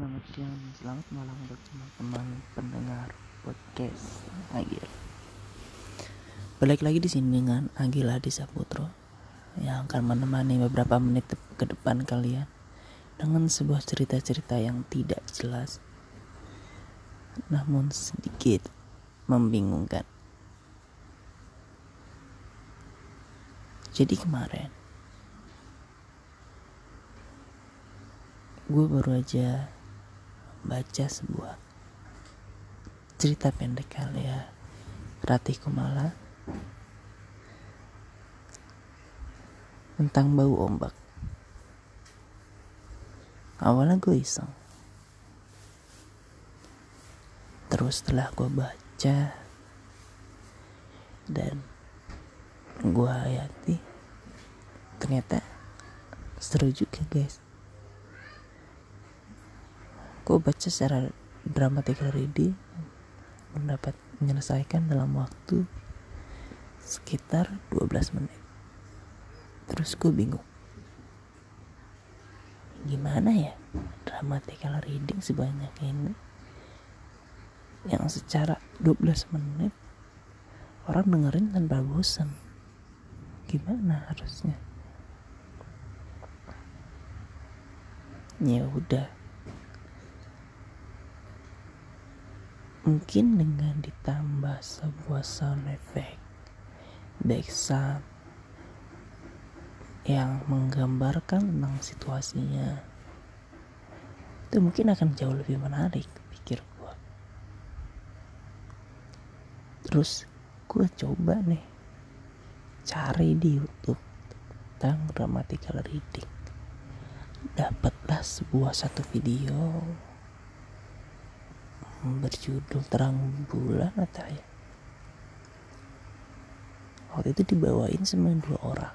Selamat siang, selamat malam untuk teman-teman pendengar podcast Agil. Balik lagi di sini dengan Agil Hadi Saputro yang akan menemani beberapa menit ke depan kalian dengan sebuah cerita-cerita yang tidak jelas, namun sedikit membingungkan. Jadi kemarin gue baru aja baca sebuah cerita pendek karya Ratih Kumala tentang bau ombak. Awalnya gue iseng, terus setelah gue baca dan gue hayati, ternyata seru juga guys. Gue baca secara dramatical reading, dapat menyelesaikan dalam waktu sekitar 12 menit. Terus gue bingung, gimana ya dramatical reading sebanyak ini yang secara 12 menit orang dengerin tanpa bosan. Gimana harusnya? Ya udah, mungkin dengan ditambah sebuah sound effect backsound yang menggambarkan tentang situasinya, itu mungkin akan jauh lebih menarik, pikir gue. Terus gue coba nih cari di YouTube tentang dramatical reading. Dapatlah satu video berjudul Terang Bulan atau ya. Waktu itu dibawain sama 2 orang.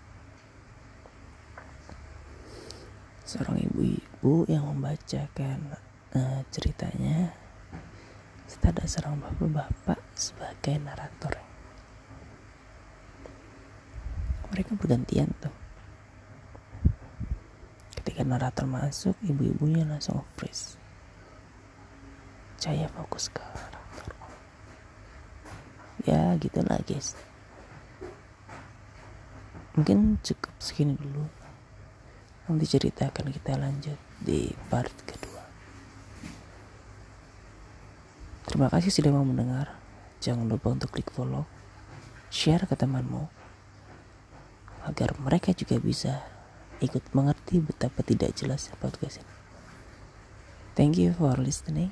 Seorang ibu-ibu yang membacakan ceritanya, serta ada seorang bapak-bapak sebagai narator. Mereka bergantian tuh. Ketika narator masuk, ibu-ibunya langsung freeze. Saya fokus ke narator. Ya gitulah guys. Mungkin cukup segini dulu. Nanti cerita akan kita lanjut di part kedua. Terima kasih sudah mau mendengar. Jangan lupa untuk klik follow, share ke temanmu, agar mereka juga bisa ikut mengerti betapa tidak jelas podcast ini. Thank you for listening.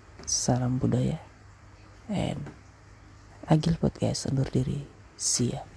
Salam budaya and Agil Podcast undur diri. See ya.